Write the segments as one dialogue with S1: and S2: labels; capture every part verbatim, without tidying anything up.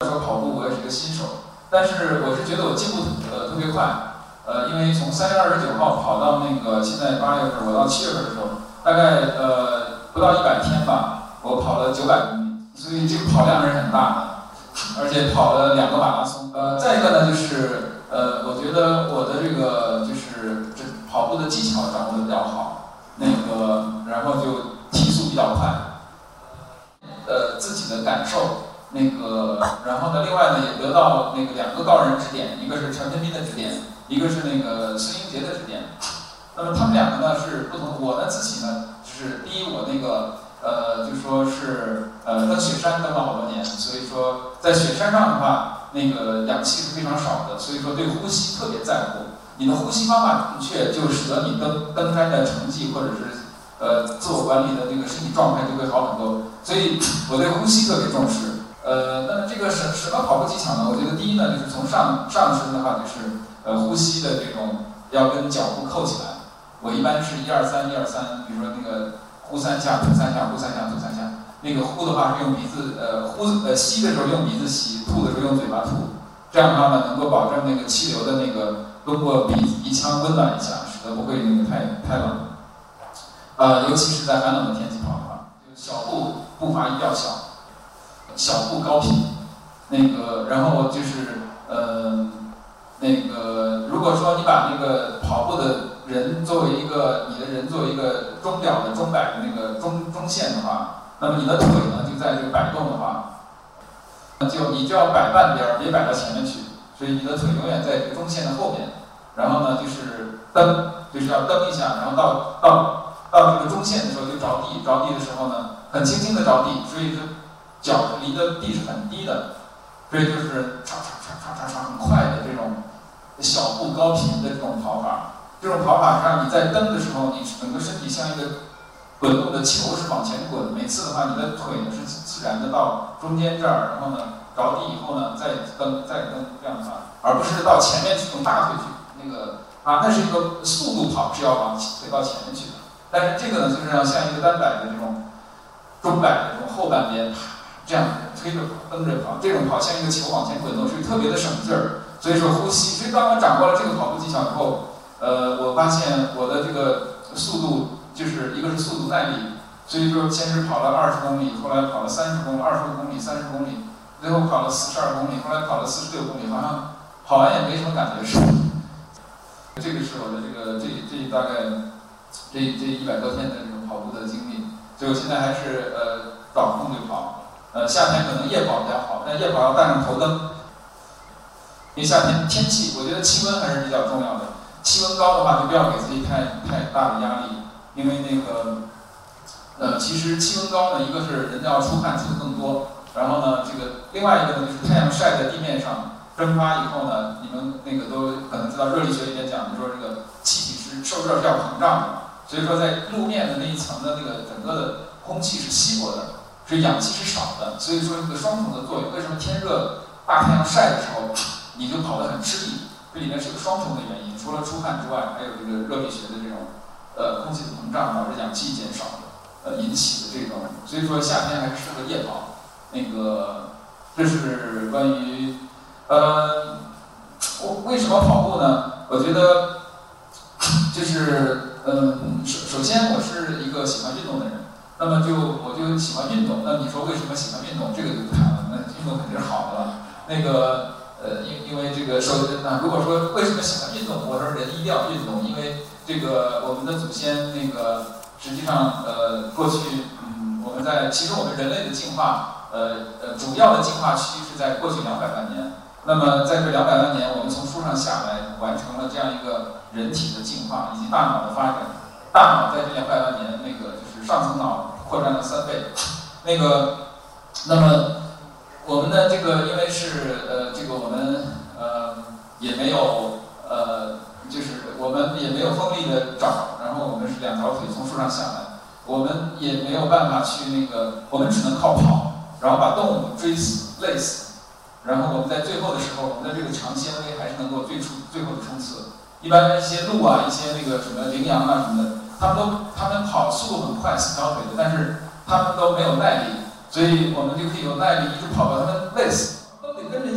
S1: 说跑步我也是一个新手，但是我是觉得我进步呃特别快，呃，因为从三月二十九号跑到那个现在八月份，我到七月份的时候，大概呃不到一百天吧，我跑了九百公里，所以这个跑量是很大的，而且跑了两个马拉松。呃，再一个呢就是呃，我觉得我的这个就是这跑步的技巧掌握的比较好，那个然后就提速比较快，呃，自己的感受。那个，然后呢，另外呢，也得到那个两个高人指点，一个是陈文斌的指点，一个是那个孙英杰的指点。那么他们两个呢是不同，我呢自己呢，就是第一，我那个呃，就说是呃登雪山登了好多年，所以说在雪山上的话，那个氧气是非常少的，所以说对呼吸特别在乎。你的呼吸方法正确，就使得你登登山的成绩或者是呃自我管理的这个身体状态就会好很多。所以我对呼吸特别重视。呃，那么这个什什么跑步技巧呢？我觉得第一呢，就是从上上身的话，就是呃呼吸的这种要跟脚步扣起来。我一般是一二三一二三，比如说那个呼三下吐三下呼三下吐三下。那个呼的话是用鼻子呃呼呃吸的时候用鼻子吸，吐的时候用嘴巴吐。这样的话呢，能够保证那个气流的那个通过鼻鼻腔温暖一下，使得不会那个太太冷。呃，尤其是在寒冷的天气跑的话，就小步步伐一定要小。小步高频，那个，然后就是呃，那个，如果说你把那个跑步的人作为一个你的人作为一个钟表的钟摆的那个中中线的话，那么你的腿呢就在这个摆动的话，就你就要摆半边，别摆到前面去，所以你的腿永远在这个中线的后边。然后呢，就是蹬，就是要蹬一下，然后到到到这个中线的时候就着地，着地的时候呢，很轻轻的着地，所以说。脚离的地是很低的，所以就是唰唰唰唰唰唰很快的这种小步高频的这种跑法。这种跑法是让你在蹬的时候，你整个身体像一个滚动的球是往前滚。每次的话，你的腿呢是自然的到中间这儿，然后呢着地以后呢再蹬再蹬这样的话，而不是到前面去用大腿去那个啊，那是一个速度跑是要往腿到前面去的。但是这个呢就是要像一个单摆的这种中摆的这种后半边。这样推着跑，蹬着跑，这种跑像一个球往前滚动，所以特别的省劲儿。所以说呼吸，所以当我掌握了这个跑步技巧以后，呃，我发现我的这个速度就是一个是速度耐力，所以说先是跑了二十公里，后来跑了三十公里，二十五公里，三十公里，最后跑了四十二公里，后来跑了四十六公里，好像跑完也没什么感觉是。这个是我的这个这这大概这这一百多天的这种跑步的经历，所以我现在还是呃找空就跑。呃，夏天可能夜跑比较好，但夜跑要带上头灯，因为夏天天气，我觉得气温还是比较重要的。气温高的话，就不要给自己太太大的压力，因为那个，呃，其实气温高呢，一个是人要出汗出的更多，然后呢，这个另外一个呢，就是太阳晒在地面上蒸发以后呢，你们那个都可能知道热力学里面讲的说，这个气体是受热是要膨胀的，所以说在路面的那一层的那个整个的空气是稀薄的。所以氧气是少的，所以说这个双重的作用。为什么天热大太阳晒的时候，你就跑得很吃力？这里面是个双重的原因，除了出汗之外，还有这个热力学的这种呃空气的膨胀导致氧气减少的呃引起的这种。所以说夏天还是适合夜跑。那个这是关于呃我为什么跑步呢？我觉得就是嗯首首先我是一个喜欢运动的人。那么就我就喜欢运动，那你说为什么喜欢运动？这个就不谈了，那运动肯定是好的了。那个呃，因因为这个首先呢，如果说为什么喜欢运动，我说人一定要运动，因为这个我们的祖先那个实际上呃过去嗯我们在其实我们人类的进化呃呃主要的进化区是在过去两百万年。那么在这两百万年，我们从树上下来，完成了这样一个人体的进化以及大脑的发展。大脑在这两百万年那个就是上层脑。扩张了三倍，那个，那么我们的这个因为是呃这个我们呃也没有呃就是我们也没有锋利的爪，然后我们是两条腿从树上下来，我们也没有办法去那个，我们只能靠跑，然后把动物追死累死，然后我们在最后的时候，我们的这个肠纤维还是能够最出最后的冲刺。一般一些鹿啊，一些那个什么羚羊啊什么的。他们都，他们跑速度很快，四条腿的，但是他们都没有耐力，所以我们就可以有耐力一直跑到他们累死。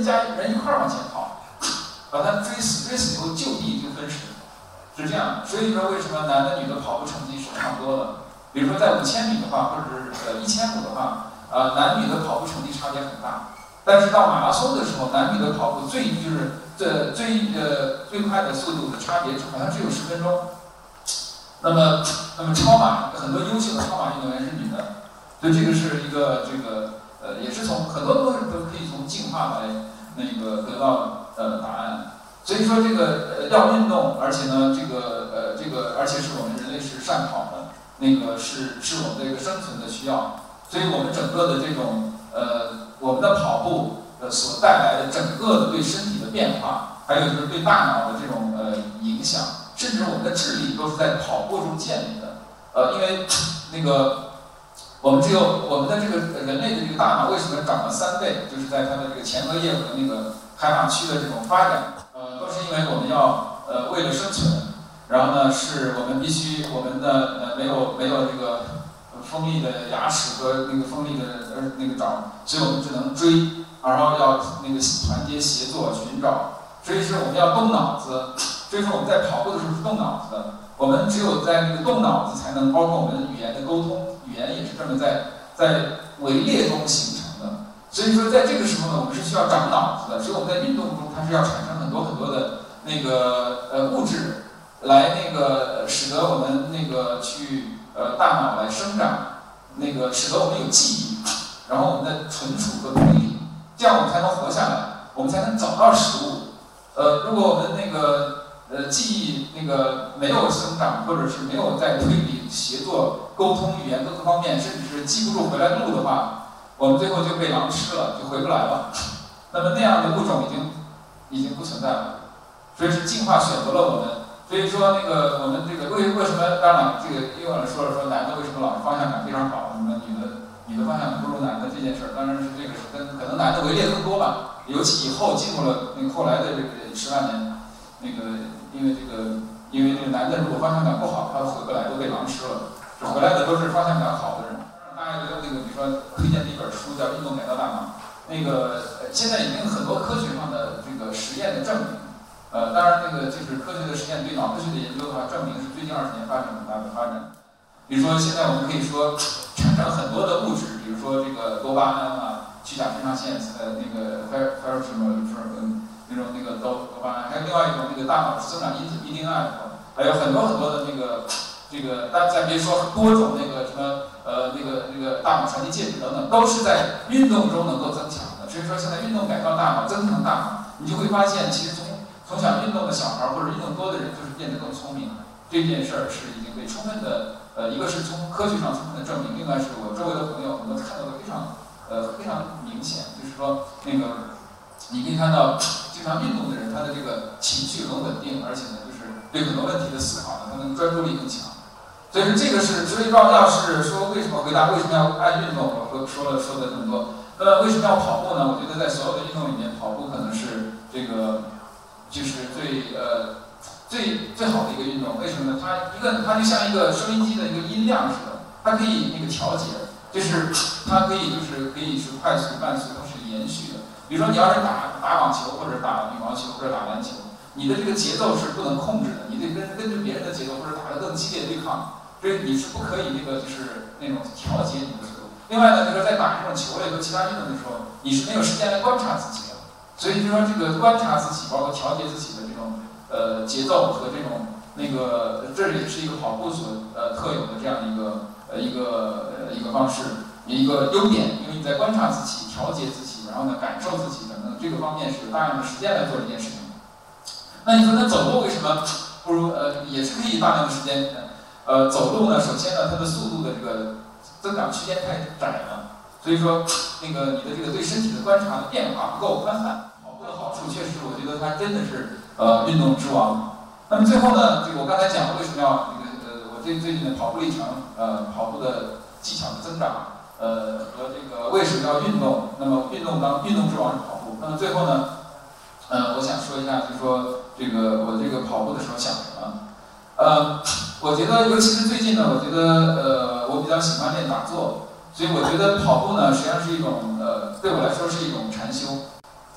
S1: 家人一块儿往前跑，把他追死，追死以后就地就分食，是这样。所以说为什么男的女的跑步成绩是差不多的？比如说在五千米的话，或者是呃一千五的话，呃男女的跑步成绩差别很大。但是到马拉松的时候，男女的跑步最就是这最呃最快的速度的差别好像只有十分钟。那么那么超马很多优秀的超马运动员是女的，所以这个是一个这个呃也是从很多东西都可以从进化来那个得到呃答案。所以说这个呃要运动，而且呢这个呃这个而且是我们人类是善跑的，那个是是我们的一个生存的需要。所以我们整个的这种呃我们的跑步呃所带来的整个的对身体的变化，还有就是对大脑的这种呃影响，甚至我们的智力都是在跑步中建立的。呃，因为那个我们只有我们的这个人类的这个大脑为什么长了三倍，就是在它的这个前额叶和那个海马区的这种发展，呃，都是因为我们要呃为了生存，然后呢是我们必须我们的呃没有没有这个锋利的牙齿和那个锋利的呃那个爪，所以我们只能追，然后要那个团结协作寻找，所以是我们要动脑子。所以说我们在跑步的时候是动脑子的，我们只有在那个动脑子才能，包括我们语言的沟通，语言也是这么在在围猎中形成的。所以说在这个时候呢，我们是需要长脑子的，所以我们在运动中它是要产生很多很多的那个呃物质，来那个使得我们那个去呃大脑来生长，那个使得我们有记忆，然后我们的存储和推理，这样我们才能活下来，我们才能找到食物。呃，如果我们那个呃，记忆那个没有生长，或者是没有在推理、协作、沟通、语言各个方面，甚至是记不住回来路的话，我们最后就被狼吃了，就回不来了。那么那样的物种已经已经不存在了，所以是进化选择了我们。所以说那个我们这个为为什么当然这个又有人说了说男的为什么老是方向感非常好，什么女的女的方向感不如男的这件事儿，当然是这个是跟可能男的围猎更多吧，尤其以后进入了那个后来的这个十万年，那个。因为这个，因为这个男的如果方向感不好，他回不来都被狼吃了。回来的都是方向感好的人。大家觉得那个，比如说推荐的一本书叫《运动改造大脑》，那个现在已经很多科学上的这个实验的证明。呃，当然那个就是科学的实验对脑科学的研究的话，证明是最近二十年发生很大的发展。比如说现在我们可以说产生很多的物质，比如说这个多巴胺啊、去甲肾上腺呃那个 f i r 什么什么。那种那个多多巴胺，还有另外一种那个大脑生长因子 B D N F， 还有很多很多的那个这个，咱咱别说多种那个什么呃那个那个大脑传递介质等等，都是在运动中能够增强的。所以说现在运动改造大脑、增强大脑，你就会发现，其实从从小运动的小孩或者运动多的人，就是变得更聪明。这件事儿是已经被充分的呃，一个是从科学上充分的证明，另外是我周围的朋友很多看到的非常呃非常明显，就是说那个你可以看到。经常运动的人，他的这个情绪很稳定，而且呢，就是对很多问题的思考呢，他能专注力更强。所以说这个是，所以说要是说为什么回答为什么要爱运动，我说说了说了这么多。那为什么要跑步呢？我觉得在所有的运动里面，跑步可能是这个就是最呃最最好的一个运动。为什么呢？它一个它就像一个收音机的一个音量似的，它可以那个调节，就是它可以就是可以是快速、慢速，它是延续的。比如说你要是打打网球或者打羽毛球或者打篮球，你的这个节奏是不能控制的，你得跟根据别人的节奏或者打得更激烈对抗，所以你是不可以那个就是那种调节你的速度。另外呢，就是在打这种球类和其他运动的时候，你是没有时间来观察自己的，所以就说这个观察自己，包括调节自己的这种呃节奏和这种那个，这也是一个跑步所呃特有的这样一个呃一个呃一个方式，一个优点，因为你在观察自己、调节自己。然后呢，感受自己等等，这个方面是有大量的时间来做这件事情。那你说，那走路为什么不如呃，也是可以大量的时间？呃，走路呢，首先呢，它的速度的这个增长区间太窄了，所以说那个你的这个对身体的观察的变化不够宽泛。跑步的好处确实，我觉得它真的是呃运动之王。那么最后呢，这个我刚才讲了为什么要这个呃，我最最近的跑步历程，呃，跑步的技巧的增长。呃，和这个为什么要运动？那么运动当运动之王是跑步。那么最后呢，呃，我想说一下，就是说这个我这个跑步的时候想什么？呃，我觉得尤其是最近呢，我觉得呃，我比较喜欢练打坐，所以我觉得跑步呢，实际上是一种呃，对我来说是一种禅修。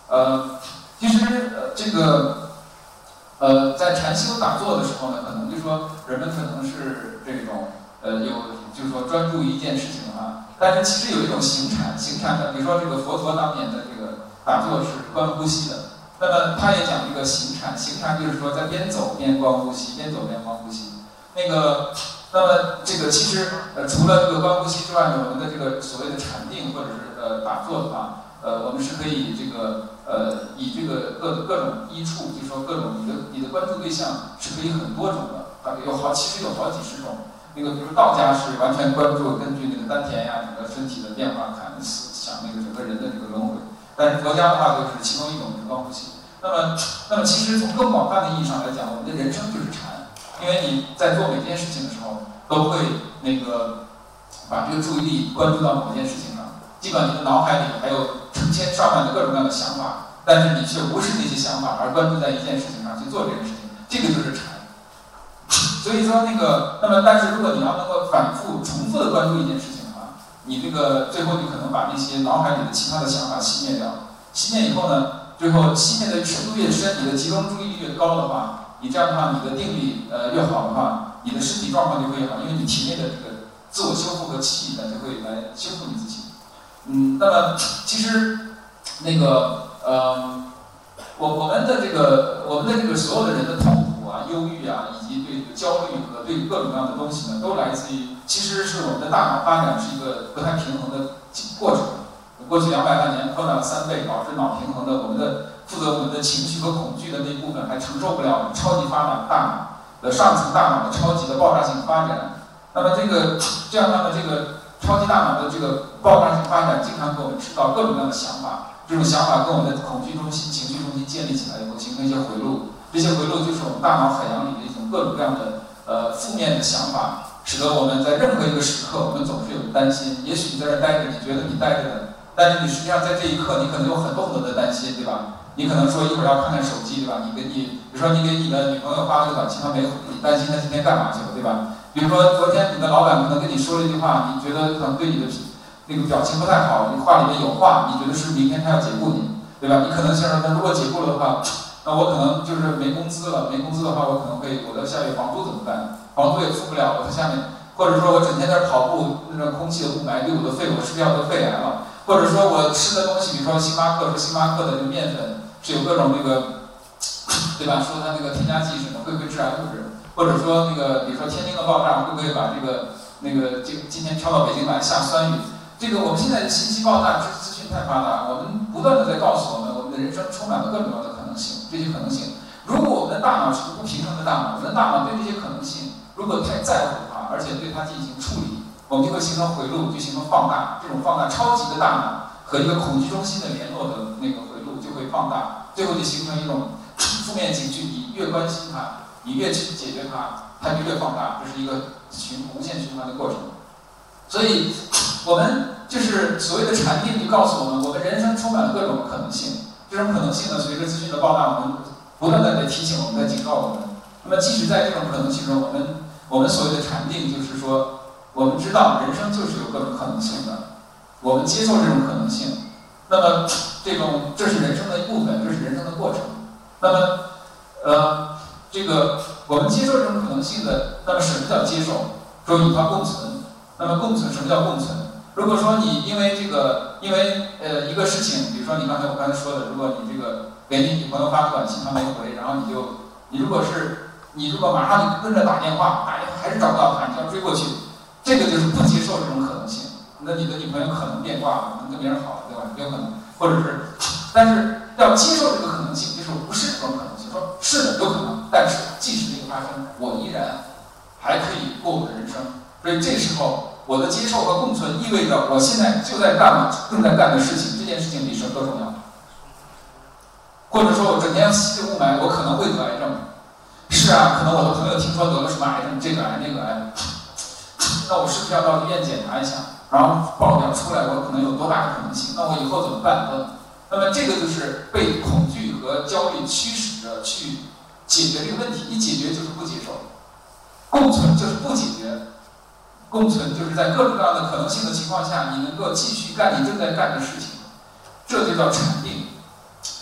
S1: 呃，其实呃这个呃在禅修打坐的时候呢，可能就说人们可能是这种呃有就是说专注于一件事情啊，但是其实有一种行禅，行禅的，比如说这个佛陀当年的这个打坐是观呼吸的，那么他也讲这个行禅，行禅就是说在边走边观呼吸，边走边观呼吸。那个，那么这个其实呃除了这个观呼吸之外呢，我们的这个所谓的禅定或者是呃打坐的话，呃我们是可以这个呃以这个各各种依处，就是说各种你的你的关注对象是可以很多种的，大概有好其实有好几十种。那个比如道家是完全关注根据那个丹田呀整个身体的变化看想那个整个人的这个轮回，但是佛家的话就是其中一种是观呼吸。那么那么其实从更广泛的意义上来讲，我们的人生就是禅。因为你在做每件事情的时候，都会那个把这个注意力关注到某件事情上，尽管你的脑海里还有成千上万的各种各样的想法，但是你却无视那些想法，而关注在一件事情上去做这件事情，这个就是禅。所以说那个，那么但是如果你要能够反复重复的关注一件事情的话，你这个最后你可能把那些脑海里的其他的想法熄灭掉，熄灭以后呢，最后熄灭的程度越深，你的集中注意力越高的话。你这样的话，你的定力呃越好的话，你的身体状况就会越好，因为你体内的这个自我修复和气呢就会来修复你自己。嗯，那么其实那个呃，我我们的这个我们的这个所有的人的痛苦啊、忧郁啊，以及对这个焦虑和对各种各样的东西呢，都来自于其实是我们的大脑发展是一个不太平衡的过程。过去两百万年扩大了三倍，导致脑平衡的我们的。负责我们的情绪和恐惧的那部分还承受不了我们超级发达的大脑的上层大脑的超级的爆炸性发展。那么这个这样的这个超级大脑的这个爆炸性发展，经常给我们制造各种各样的想法。这种想法跟我们的恐惧中心、情绪中心建立起来以后，形成一些回路。这些回路就是我们大脑海洋里的一种各种各样的呃负面的想法，使得我们在任何一个时刻，我们总是有担心。也许你在这待着，你觉得你待着的，但是你实际上在这一刻，你可能有很多很多的担心，对吧？你可能说一会儿要看看手机，对吧？你给你，比如说你给你的女朋友发了个短信，她没回，你担心她今天干嘛去了，对吧？比如说昨天你的老板可能跟你说了一句话，你觉得可能对你的那个表情不太好，你话里面有话，你觉得是明天他要解雇你，对吧？你可能想说，如果解雇了的话，那我可能就是没工资了，没工资的话，我可能会我的下月房租怎么办？房租也付不了，我在下面，或者说我整天在跑步，那种空气的雾霾对我的肺，我是不是要得肺癌了？或者说我吃的东西，比如说星巴克，说星巴克的这个面粉。是有各种那个，对吧？说它那个添加剂什么会不会致癌物质？或者说那个，比如说天津的爆炸会不会把这个那个这今天飘到北京来下酸雨？这个我们现在的信息爆炸，资资讯太发达，我们不断的在告诉我们，我们的人生充满了各种各样的可能性。这些可能性，如果我们的大脑是个不平衡的大脑，我们的大脑对这些可能性如果太在乎它，而且对它进行处理，我们就会形成回路，就形成放大。这种放大，超级的大脑和一个恐惧中心的联络的那个。就会放大，最后就形成一种负面情绪。你越关心它，你越去解决它，它就越放大，这是一个循无限循环的过程。所以，我们就是所谓的禅定，就告诉我们，我们人生充满了各种可能性。这种可能性呢，随着资讯的爆炸，我们不断的在提醒我们，在警告我们。那么，即使在这种可能性中，我们我们所谓的禅定，就是说，我们知道人生就是有各种可能性的，我们接受这种可能性。那么，这种这是人生的一部分，这是人生的过程。那么，呃，这个我们接受这种可能性的，那么什么叫接受？说与它共存。那么共存，什么叫共存？如果说你因为这个，因为呃一个事情，比如说你刚才我刚才说的，如果你这个给你女朋友发个短信，她没回，然后你就你如果是你如果马上就跟着打电话，打电话还是找不到她，你就要追过去，这个就是不接受这种可能性。那你的女朋友可能变卦了，可能跟别人好了，对吧？有可能，或者是，但是要接受这个可能性，就是不是这种可能性，说是的有可能，但是即使这个发生，我依然还可以过我的人生。所以这时候我的接受和共存意味着我现在就在干嘛，正在干的事情，这件事情比什么都重要。或者说我整天吸着雾霾，我可能会得癌症。是啊，可能我的朋友听说得了什么癌症，这个癌那个癌，那我是不是要到医院检查一下？然后报表出来，我可能有多大的可能性？那我以后怎么办？那么这个就是被恐惧和焦虑驱使着去解决这个问题。一解决就是不接受，共存就是不解决，共存就是在各种各样的可能性的情况下，你能够继续干你正在干的事情，这就叫禅定。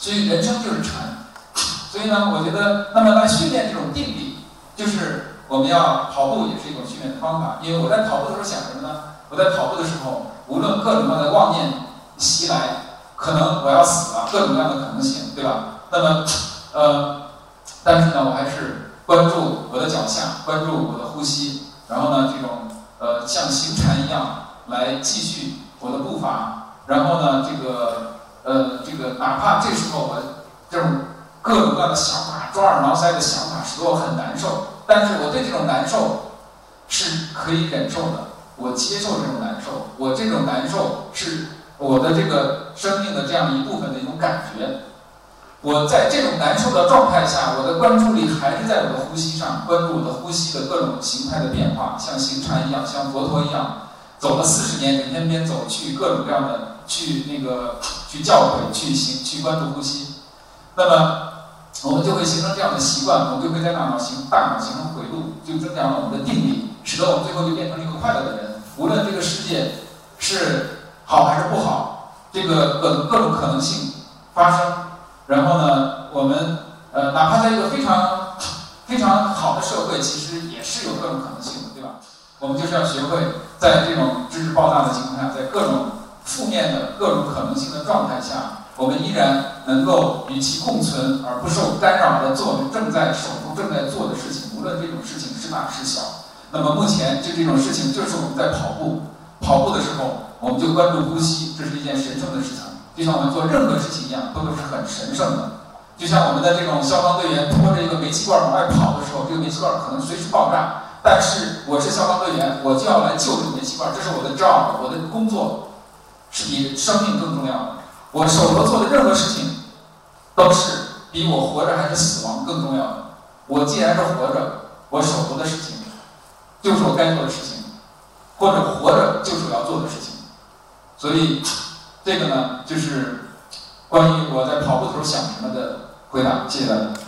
S1: 所以人生就是禅。所以呢，我觉得那么来训练这种定力，就是我们要跑步也是一种训练的方法。因为我在跑步的时候想什么呢？我在跑步的时候，无论各种各样的妄念袭来，可能我要死了，各种各样的可能性，对吧？那么，呃，但是呢，我还是关注我的脚下，关注我的呼吸，然后呢，这种呃像行禅一样来继续我的步伐，然后呢，这个呃这个哪怕这时候我这种各种各样的想法抓耳挠腮的想法使得我很难受，但是我对这种难受是可以忍受的，我接受这种难受，我这种难受是我的这个生命的这样一部分的一种感觉。我在这种难受的状态下，我的关注力还是在我的呼吸上，关注我的呼吸的各种形态的变化，像行禅一样，像佛陀一样，走了四十年，每天边走去各种各样的去那个去教诲，去行去关注呼吸。那么我们就会形成这样的习惯，我们就会在大脑形大脑形成回路，就增强了我们的定力，使得我们最后就变成了一个快乐的人。无论这个世界是好还是不好，这个各各种可能性发生。然后呢，我们呃哪怕在一个非常非常好的社会，其实也是有各种可能性的，对吧？我们就是要学会在这种知识爆炸的情况下，在各种负面的各种可能性的状态下，我们依然能够与其共存，而不受干扰的做正在手中正在做的事情，无论这种事情是大是小。那么目前就这种事情，就是我们在跑步，跑步的时候，我们就关注呼吸，这是一件神圣的事情。就像我们做任何事情一样，都是很神圣的。就像我们的这种消防队员拖着一个煤气罐往外跑的时候，这个煤气罐可能随时爆炸，但是我是消防队员，我就要来救这个煤气罐，这是我的 job， 我的工作是比生命更重要的。我手头做的任何事情，都是比我活着还是死亡更重要的。我既然是活着，我手头的事情就是我该做的事情，或者活着就是我要做的事情。所以这个呢，就是关于我在跑步的时候想什么的回答。谢谢大家。